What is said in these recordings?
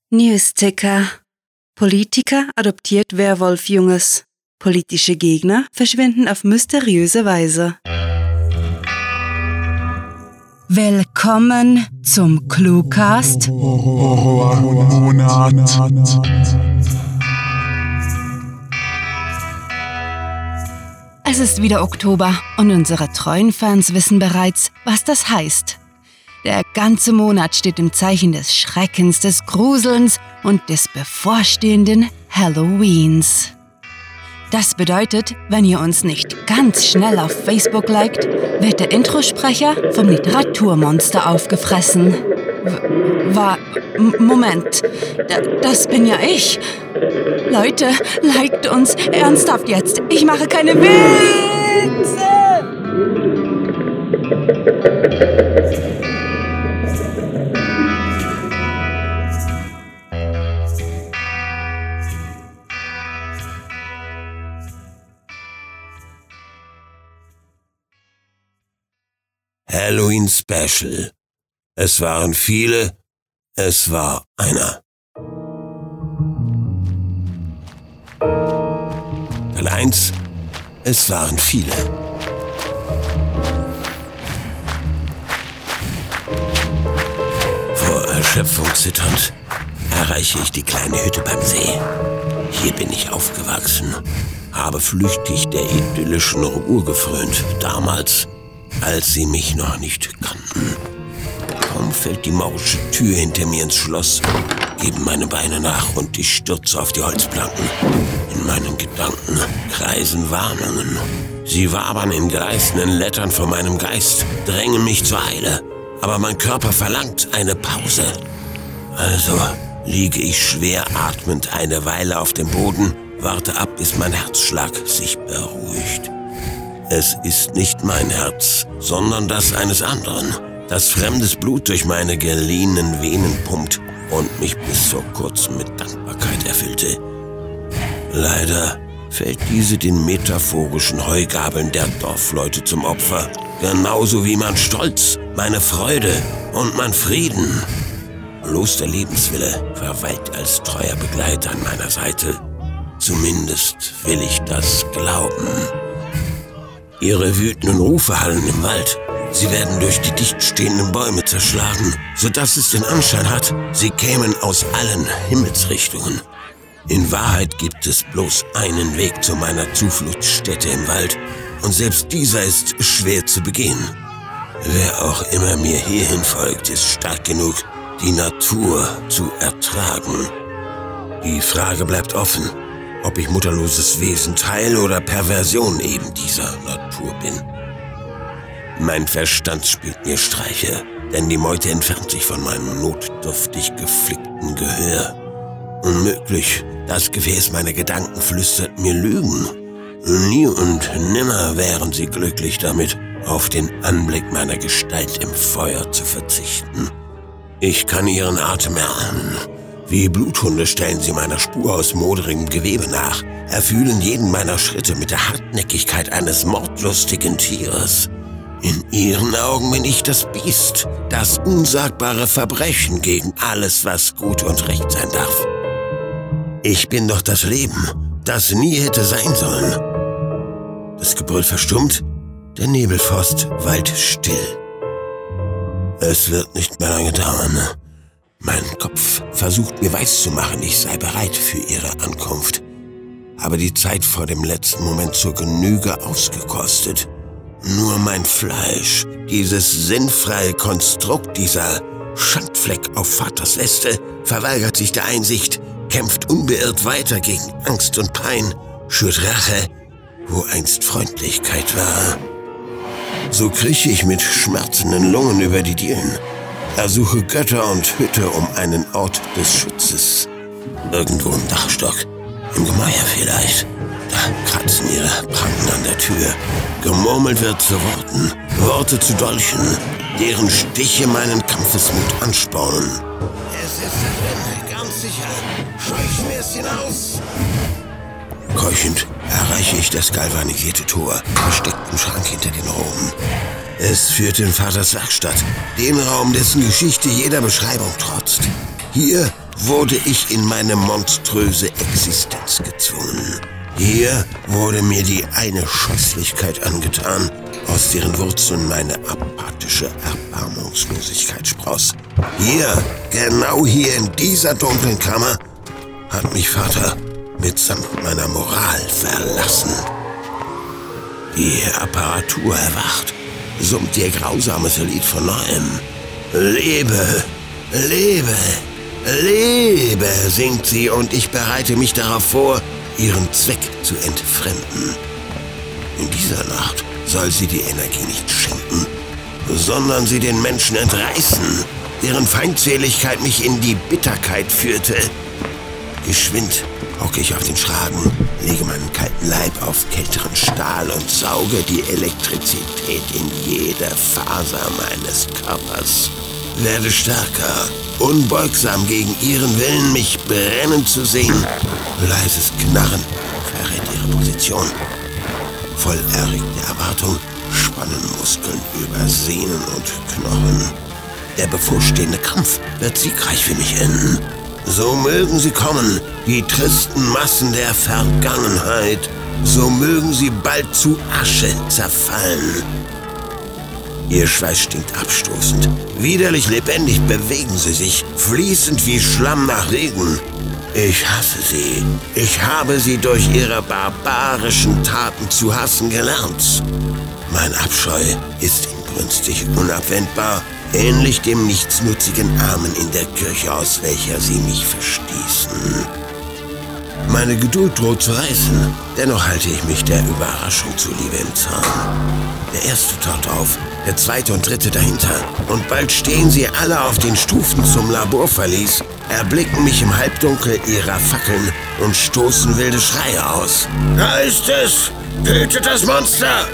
Newsticker. Politiker adoptiert Werwolfjunges. Politische Gegner verschwinden auf mysteriöse Weise. Willkommen zum Cluecast. Es ist wieder Oktober und unsere treuen Fans wissen bereits, was das heißt. Der ganze Monat steht im Zeichen des Schreckens, des Gruselns und des bevorstehenden Halloweens. Das bedeutet, wenn ihr uns nicht ganz schnell auf Facebook liked, wird der Introsprecher vom Literaturmonster aufgefressen. Moment, das bin ja ich. Leute, liked uns ernsthaft jetzt. Ich mache keine Witze. Halloween Special. Es waren viele, es war einer. Teil 1. Es waren viele. Vor Erschöpfung zitternd erreiche ich die kleine Hütte beim See. Hier bin ich aufgewachsen, habe flüchtig der idyllischen Ruhe gefrönt, damals, als sie mich noch nicht kannten. Kaum fällt die maurische Tür hinter mir ins Schloss, geben meine Beine nach und ich stürze auf die Holzplanken. In meinen Gedanken kreisen Warnungen. Sie wabern in gleißenden Lettern vor meinem Geist, drängen mich zur Eile. Aber mein Körper verlangt eine Pause. Also liege ich schwer atmend eine Weile auf dem Boden, warte ab, bis mein Herzschlag sich beruhigt. Es ist nicht mein Herz, sondern das eines anderen, das fremdes Blut durch meine geliehenen Venen pumpt und mich bis vor kurzem mit Dankbarkeit erfüllte. Leider fällt diese den metaphorischen Heugabeln der Dorfleute zum Opfer, genauso wie mein Stolz, meine Freude und mein Frieden. Bloß der Lebenswille verweilt als treuer Begleiter an meiner Seite. Zumindest will ich das glauben. Ihre wütenden Rufe hallen im Wald. Sie werden durch die dicht stehenden Bäume zerschlagen, sodass es den Anschein hat, sie kämen aus allen Himmelsrichtungen. In Wahrheit gibt es bloß einen Weg zu meiner Zufluchtsstätte im Wald, und selbst dieser ist schwer zu begehen. Wer auch immer mir hierhin folgt, ist stark genug, die Natur zu ertragen. Die Frage bleibt offen, ob ich mutterloses Wesen Teil oder Perversion eben dieser Natur bin. Mein Verstand spielt mir Streiche, denn die Meute entfernt sich von meinem notdürftig geflickten Gehör. Unmöglich, das Gefäß meiner Gedanken flüstert mir Lügen. Nie und nimmer wären sie glücklich damit, auf den Anblick meiner Gestalt im Feuer zu verzichten. Ich kann ihren Atem erahnen. Wie Bluthunde stellen sie meiner Spur aus moderigem Gewebe nach, erfühlen jeden meiner Schritte mit der Hartnäckigkeit eines mordlustigen Tieres. In ihren Augen bin ich das Biest, das unsagbare Verbrechen gegen alles, was gut und recht sein darf. Ich bin doch das Leben, das nie hätte sein sollen. Das Gebrüll verstummt, der Nebelforst weilt still. Es wird nicht mehr lange dauern. Mein Kopf versucht mir weiszumachen, ich sei bereit für ihre Ankunft. Aber die Zeit vor dem letzten Moment zur Genüge ausgekostet. Nur mein Fleisch, dieses sinnfreie Konstrukt, dieser Schandfleck auf Vaters Weste, verweigert sich der Einsicht, kämpft unbeirrt weiter gegen Angst und Pein, schürt Rache, wo einst Freundlichkeit war. So krieche ich mit schmerzenden Lungen über die Dielen. Ersuche Götter und Hütte um einen Ort des Schutzes. Irgendwo im Dachstock, im Gemäuer vielleicht. Da kratzen ihre Pranken an der Tür. Gemurmelt wird zu Worten, Worte zu Dolchen, deren Stiche meinen Kampfesmut anspornen. Es ist drin, ganz sicher. Scheuchschwärschen aus! Keuchend erreiche ich das galvanisierte Tor, versteckt im Schrank hinter den Roben. Es führt in Vaters Werkstatt, den Raum, dessen Geschichte jeder Beschreibung trotzt. Hier wurde ich in meine monströse Existenz gezwungen. Hier wurde mir die eine Scheußlichkeit angetan, aus deren Wurzeln meine apathische Erbarmungslosigkeit spross. Hier, genau hier in dieser dunklen Kammer, hat mich Vater mitsamt meiner Moral verlassen. Die Apparatur erwacht, summt ihr grausames Lied von neuem. Lebe, lebe, lebe, singt sie, und ich bereite mich darauf vor, ihren Zweck zu entfremden. In dieser Nacht soll sie die Energie nicht schenken, sondern sie den Menschen entreißen, deren Feindseligkeit mich in die Bitterkeit führte. Geschwind hocke ich auf den Schragen, lege meinen kalten Leib auf kälteren Stahl und sauge die Elektrizität in jede Faser meines Körpers. Werde stärker, unbeugsam gegen ihren Willen, mich brennen zu sehen. Leises Knarren verrät ihre Position. Voll erregter Erwartung spannen Muskeln über Sehnen und Knochen. Der bevorstehende Kampf wird siegreich für mich enden. So mögen sie kommen, die tristen Massen der Vergangenheit. So mögen sie bald zu Asche zerfallen. Ihr Schweiß stinkt abstoßend. Widerlich lebendig bewegen sie sich, fließend wie Schlamm nach Regen. Ich hasse sie. Ich habe sie durch ihre barbarischen Taten zu hassen gelernt. Mein Abscheu ist inbrünstig unabwendbar, ähnlich dem nichtsnutzigen Armen in der Kirche, aus welcher sie mich verstießen. Meine Geduld droht zu reißen, dennoch halte ich mich der Überraschung zuliebe im Zaum. Der erste taucht auf, der zweite und dritte dahinter, und bald stehen sie alle auf den Stufen zum Laborverlies, erblicken mich im Halbdunkel ihrer Fackeln und stoßen wilde Schreie aus. Da ist es! Tötet das Monster!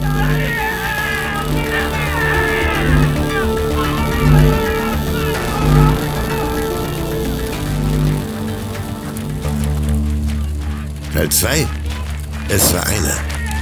Teil 2. Es war einer.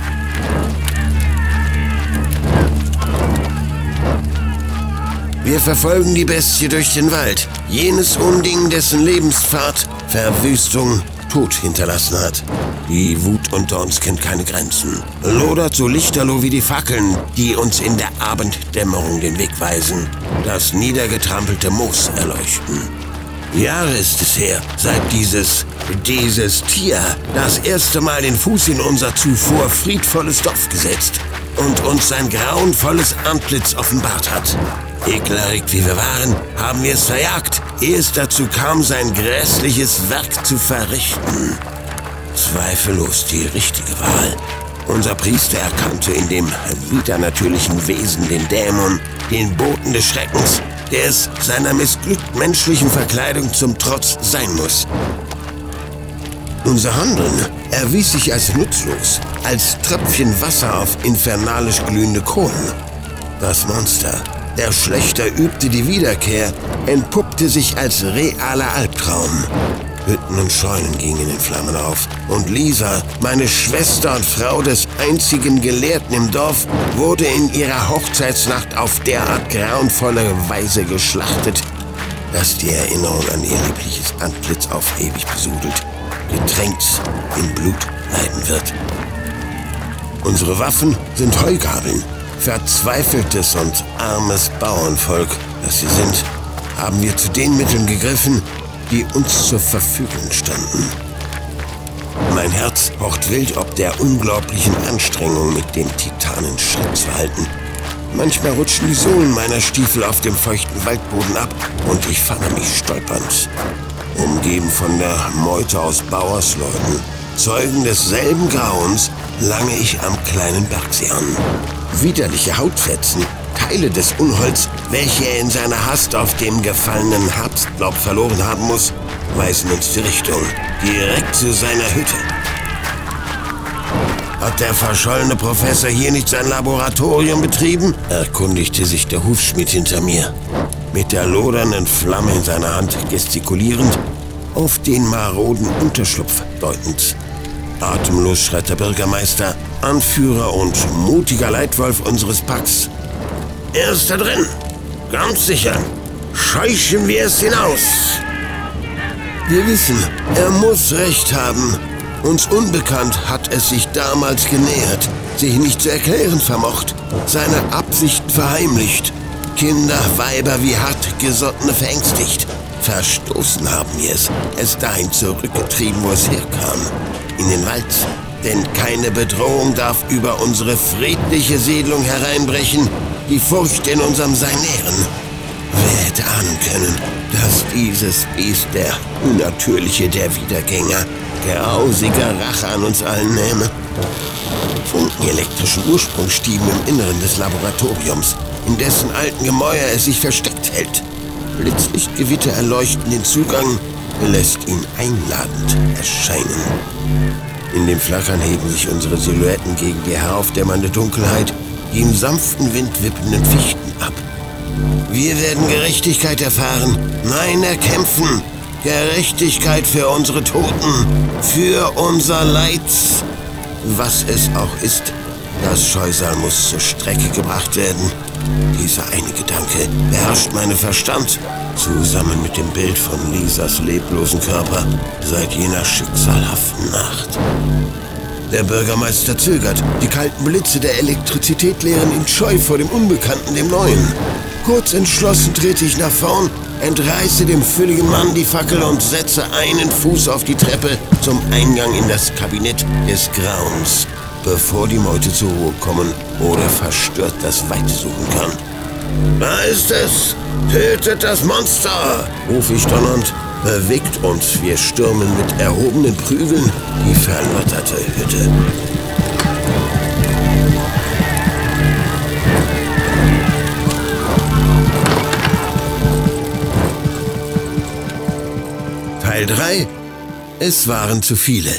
Wir verfolgen die Bestie durch den Wald. Jenes Unding, dessen Lebenspfad Verwüstung, Tod hinterlassen hat. Die Wut unter uns kennt keine Grenzen. Lodert so lichterloh wie die Fackeln, die uns in der Abenddämmerung den Weg weisen. Das niedergetrampelte Moos erleuchten. Jahre ist es her, seit dieses Tier das erste Mal den Fuß in unser zuvor friedvolles Dorf gesetzt und uns sein grauenvolles Antlitz offenbart hat. Ekelerregt wie wir waren, haben wir es verjagt, ehe es dazu kam, sein grässliches Werk zu verrichten. Zweifellos die richtige Wahl. Unser Priester erkannte in dem widernatürlichen Wesen den Dämon, den Boten des Schreckens, der es seiner missglückt menschlichen Verkleidung zum Trotz sein muss. Unser Handeln erwies sich als nutzlos, als Tröpfchen Wasser auf infernalisch glühende Kohlen. Das Monster, der Schlächter, übte die Wiederkehr, entpuppte sich als realer Albtraum. Hütten und Scheunen gingen in Flammen auf. Und Lisa, meine Schwester und Frau des einzigen Gelehrten im Dorf, wurde in ihrer Hochzeitsnacht auf derart grauenvolle Weise geschlachtet, dass die Erinnerung an ihr liebliches Antlitz auf ewig besudelt, getränkt in Blut leiden wird. Unsere Waffen sind Heugabeln. Verzweifeltes und armes Bauernvolk, das wir sind, haben wir zu den Mitteln gegriffen, die uns zur Verfügung standen. Mein Herz pocht wild ob der unglaublichen Anstrengung, mit dem Titanen Schritt zu halten. Manchmal rutschen die Sohlen meiner Stiefel auf dem feuchten Waldboden ab und ich fange mich stolpernd. Umgeben von der Meute aus Bauersleuten, Zeugen desselben Grauens, lange ich am kleinen Bergsee an. Widerliche Hautfetzen, Teile des Unholds, welche er in seiner Hast auf dem gefallenen Herbstlaub verloren haben muss, weisen uns die Richtung, direkt zu seiner Hütte. Hat der verschollene Professor hier nicht sein Laboratorium betrieben? Erkundigte sich der Hufschmied hinter mir, mit der lodernden Flamme in seiner Hand gestikulierend, auf den maroden Unterschlupf deutend. Atemlos schreit der Bürgermeister, Anführer und mutiger Leitwolf unseres Packs. Er ist da drin. Ganz sicher. Scheuchen wir es hinaus. Wir wissen, er muss recht haben. Uns unbekannt hat es sich damals genähert, sich nicht zu erklären vermocht, seine Absicht verheimlicht, Kinder, Weiber wie hartgesottene verängstigt. Verstoßen haben wir es dahin zurückgetrieben, wo es herkam, in den Wald. Denn keine Bedrohung darf über unsere friedliche Siedlung hereinbrechen, die Furcht in unserem Sein nähren. Wer hätte ahnen können, dass dieses Biest, der Unnatürliche der Wiedergänger, grausiger Rache an uns allen nähme? Funken elektrischen Ursprung stieben im Inneren des Laboratoriums, in dessen alten Gemäuer es sich versteckt hält. Blitzlichtgewitter erleuchten den Zugang, lässt ihn einladend erscheinen. In dem Flackern heben sich unsere Silhouetten gegen die heraufdämmernde Dunkelheit, die im sanften Wind wippenden Fichten ab. Wir werden Gerechtigkeit erfahren, nein, erkämpfen. Gerechtigkeit für unsere Toten, für unser Leid. Was es auch ist, das Scheusal muss zur Strecke gebracht werden. Dieser eine Gedanke beherrscht meinen Verstand, zusammen mit dem Bild von Lisas leblosen Körper seit jener schicksalhaften Nacht. Der Bürgermeister zögert. Die kalten Blitze der Elektrizität lehren ihn scheu vor dem Unbekannten, dem Neuen. Kurz entschlossen trete ich nach vorn, entreiße dem fülligen Mann die Fackel und setze einen Fuß auf die Treppe zum Eingang in das Kabinett des Grauens, bevor die Meute zur Ruhe kommen oder verstört das Weite suchen kann. Da ist es! Tötet das Monster! Rufe ich donnernd, bewegt und wir stürmen mit erhobenen Prügeln die verlotterte Hütte. Teil 3. Es waren zu viele.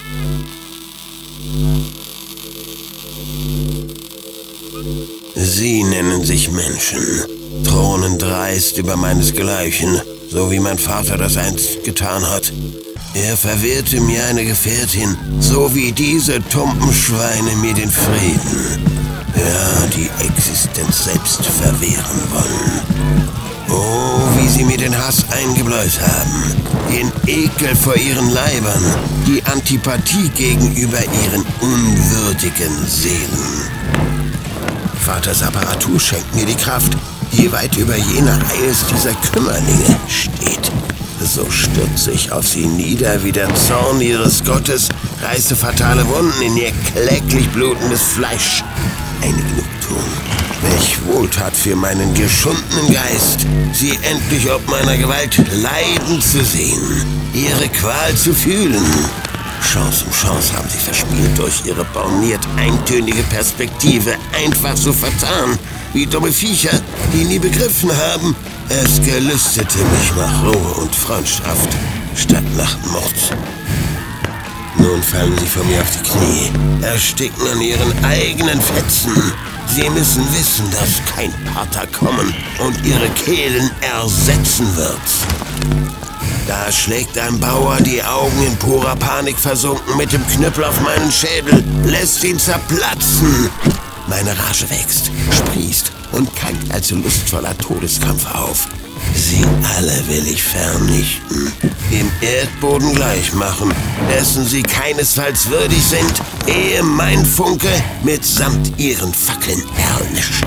Sie nennen sich Menschen, thronen dreist über meinesgleichen, so wie mein Vater das einst getan hat. Er verwehrte mir eine Gefährtin, so wie diese tumpen Schweine mir den Frieden. Ja, die Existenz selbst verwehren wollen. Oh, wie sie mir den Hass eingebläut haben, den Ekel vor ihren Leibern, die Antipathie gegenüber ihren unwürdigen Seelen. Vaters Apparatur schenkt mir die Kraft, die weit über jener eines dieser Kümmerlinge steht. So stürze ich auf sie nieder wie der Zorn ihres Gottes, reiße fatale Wunden in ihr kläglich blutendes Fleisch. Eine Genugtuung, welch Wohltat für meinen geschundenen Geist, sie endlich ob meiner Gewalt leiden zu sehen, ihre Qual zu fühlen. Chance um Chance haben sie verspielt, durch ihre borniert eintönige Perspektive einfach so vertan, wie dumme Viecher, die nie begriffen haben, es gelüstete mich nach Ruhe und Freundschaft statt nach Mord. Nun fallen sie vor mir auf die Knie, ersticken an ihren eigenen Fetzen. Sie müssen wissen, dass kein Pater kommen und ihre Kehlen ersetzen wird. Da schlägt ein Bauer, die Augen in purer Panik versunken, mit dem Knüppel auf meinen Schädel, lässt ihn zerplatzen. Meine Rage wächst, sprießt und keimt als lustvoller Todeskampf auf. Sie alle will ich vernichten, dem Erdboden gleich machen, dessen sie keinesfalls würdig sind, ehe mein Funke mitsamt ihren Fackeln erlischt.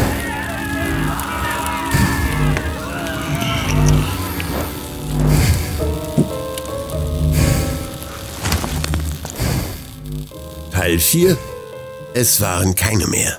Teil 4. Es waren keine mehr.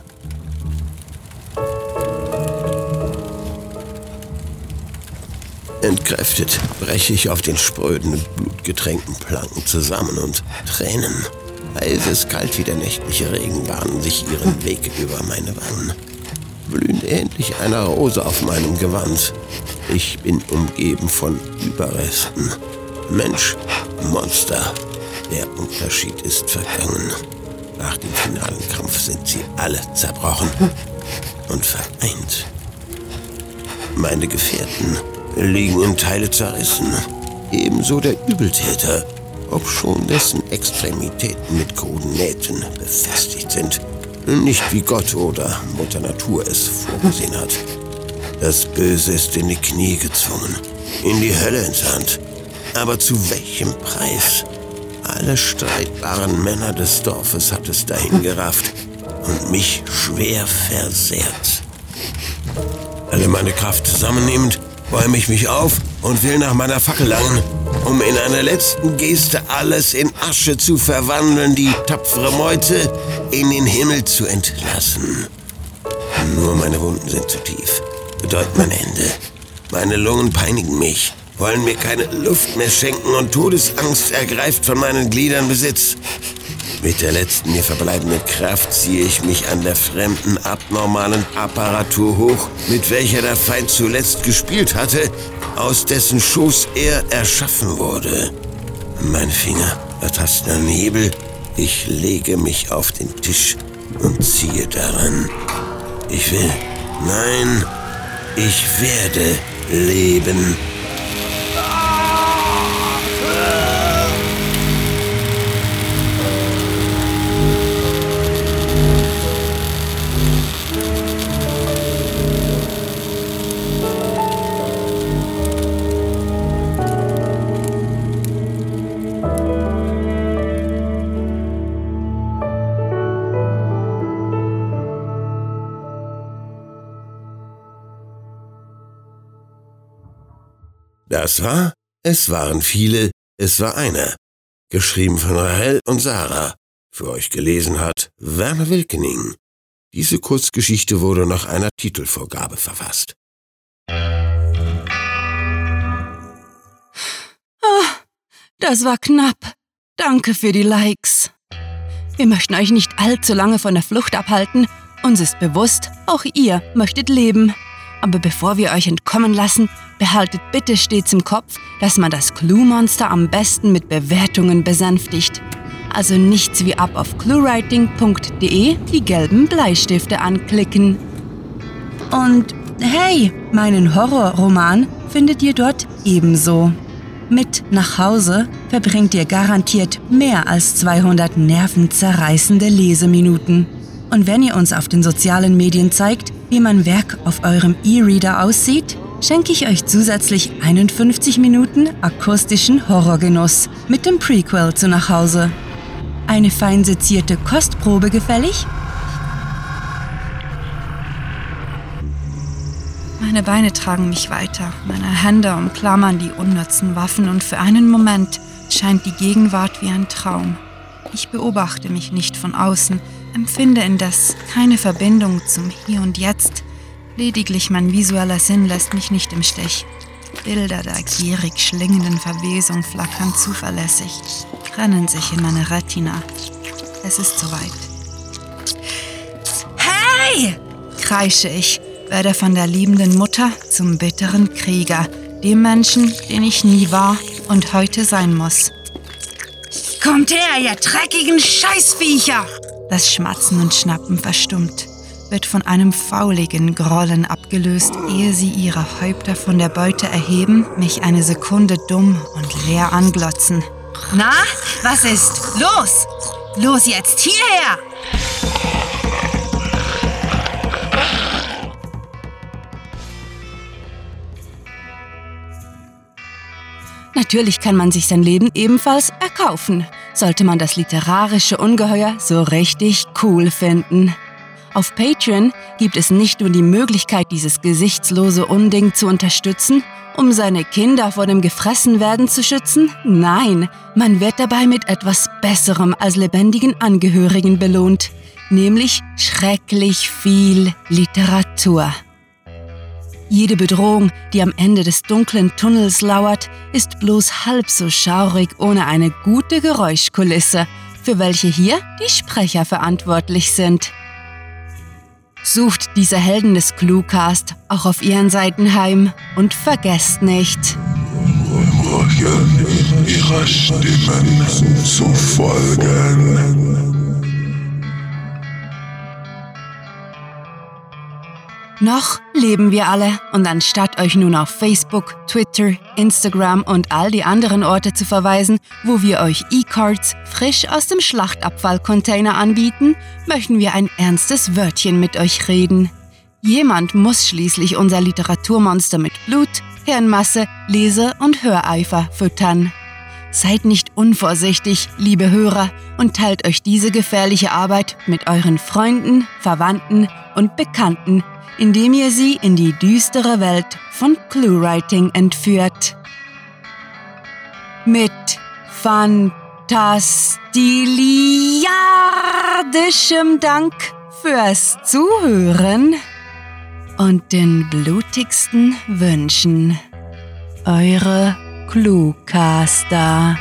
Entkräftet breche ich auf den spröden, blutgetränkten Planken zusammen und Tränen, heißes, kalt wie der nächtliche Regen, bahnen sich ihren Weg über meine Wangen. Blühend ähnlich einer Rose auf meinem Gewand. Ich bin umgeben von Überresten. Mensch, Monster, der Unterschied ist vergangen. Nach dem finalen Kampf sind sie alle zerbrochen und vereint. Meine Gefährten liegen in Teile zerrissen. Ebenso der Übeltäter, obschon dessen Extremitäten mit kruden Nähten befestigt sind. Nicht wie Gott oder Mutter Natur es vorgesehen hat. Das Böse ist in die Knie gezwungen, in die Hölle entsandt. Aber zu welchem Preis? Alle streitbaren Männer des Dorfes hat es dahin gerafft und mich schwer versehrt. Alle meine Kraft zusammennehmend, bäume ich mich auf und will nach meiner Fackel langen, um in einer letzten Geste alles in Asche zu verwandeln, die tapfere Meute in den Himmel zu entlassen. Nur meine Wunden sind zu tief, bedeuten mein Ende. Meine Lungen peinigen mich, wollen mir keine Luft mehr schenken und Todesangst ergreift von meinen Gliedern Besitz. Mit der letzten mir verbleibenden Kraft ziehe ich mich an der fremden, abnormalen Apparatur hoch, mit welcher der Feind zuletzt gespielt hatte, aus dessen Schoß er erschaffen wurde. Mein Finger ertastet einen Hebel, ich lege mich auf den Tisch und ziehe daran. Ich will, nein, ich werde leben. Das war Es waren viele, es war einer. Geschrieben von Rahel und Sarah. Für euch gelesen hat Werner Wilkening. Diese Kurzgeschichte wurde nach einer Titelvorgabe verfasst. Das war knapp. Danke für die Likes. Wir möchten euch nicht allzu lange von der Flucht abhalten. Uns ist bewusst, auch ihr möchtet leben. Aber bevor wir euch entkommen lassen, behaltet bitte stets im Kopf, dass man das Clue-Monster am besten mit Bewertungen besänftigt. Also nichts wie ab auf cluewriting.de die gelben Bleistifte anklicken. Und hey, meinen Horrorroman findet ihr dort ebenso. Mit nach Hause verbringt ihr garantiert mehr als 200 nervenzerreißende Leseminuten. Und wenn ihr uns auf den sozialen Medien zeigt, wie mein Werk auf eurem E-Reader aussieht, schenke ich euch zusätzlich 51 Minuten akustischen Horrorgenuss mit dem Prequel zu Nach Hause. Eine fein sezierte Kostprobe gefällig? Meine Beine tragen mich weiter, meine Hände umklammern die unnützen Waffen und für einen Moment scheint die Gegenwart wie ein Traum. Ich beobachte mich nicht von außen, empfinde indes keine Verbindung zum Hier und Jetzt. Lediglich mein visueller Sinn lässt mich nicht im Stich. Bilder der gierig schlingenden Verwesung flackern zuverlässig, trennen sich in meine Retina. Es ist soweit. Hey! Kreische ich, werde von der liebenden Mutter zum bitteren Krieger, dem Menschen, den ich nie war und heute sein muss. Kommt her, ihr dreckigen Scheißviecher! Das Schmatzen und Schnappen verstummt, wird von einem fauligen Grollen abgelöst, ehe sie ihre Häupter von der Beute erheben, mich eine Sekunde dumm und leer anglotzen. Na, was ist? Los! Los jetzt, hierher! Natürlich kann man sich sein Leben ebenfalls erkaufen, sollte man das literarische Ungeheuer so richtig cool finden. Auf Patreon gibt es nicht nur die Möglichkeit, dieses gesichtslose Unding zu unterstützen, um seine Kinder vor dem Gefressenwerden zu schützen. Nein, man wird dabei mit etwas Besserem als lebendigen Angehörigen belohnt, nämlich schrecklich viel Literatur. Jede Bedrohung, die am Ende des dunklen Tunnels lauert, ist bloß halb so schaurig ohne eine gute Geräuschkulisse, für welche hier die Sprecher verantwortlich sind. Sucht diese Helden des Cluecast auch auf ihren Seiten heim und vergesst nicht, ihrer Stimmen zu folgen. Noch leben wir alle und anstatt euch nun auf Facebook, Twitter, Instagram und all die anderen Orte zu verweisen, wo wir euch E-Cards frisch aus dem Schlachtabfallcontainer anbieten, möchten wir ein ernstes Wörtchen mit euch reden. Jemand muss schließlich unser Literaturmonster mit Blut, Hirnmasse, Lese- und Höreifer füttern. Seid nicht unvorsichtig, liebe Hörer, und teilt euch diese gefährliche Arbeit mit euren Freunden, Verwandten und Bekannten, indem ihr sie in die düstere Welt von ClueWriting entführt. Mit fantastiliardischem Dank fürs Zuhören und den blutigsten Wünschen. Eure Cluecaster.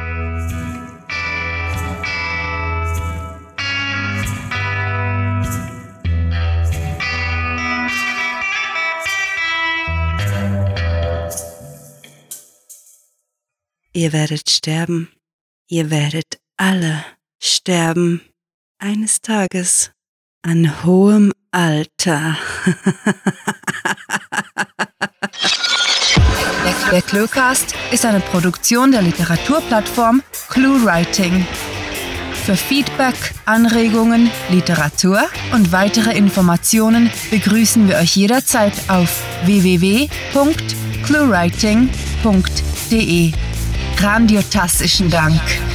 Ihr werdet sterben. Ihr werdet alle sterben. Eines Tages. An hohem Alter. Der Cluecast ist eine Produktion der Literaturplattform ClueWriting. Für Feedback, Anregungen, Literatur und weitere Informationen begrüßen wir euch jederzeit auf www.cluewriting.de. Grandiotastischen Dank.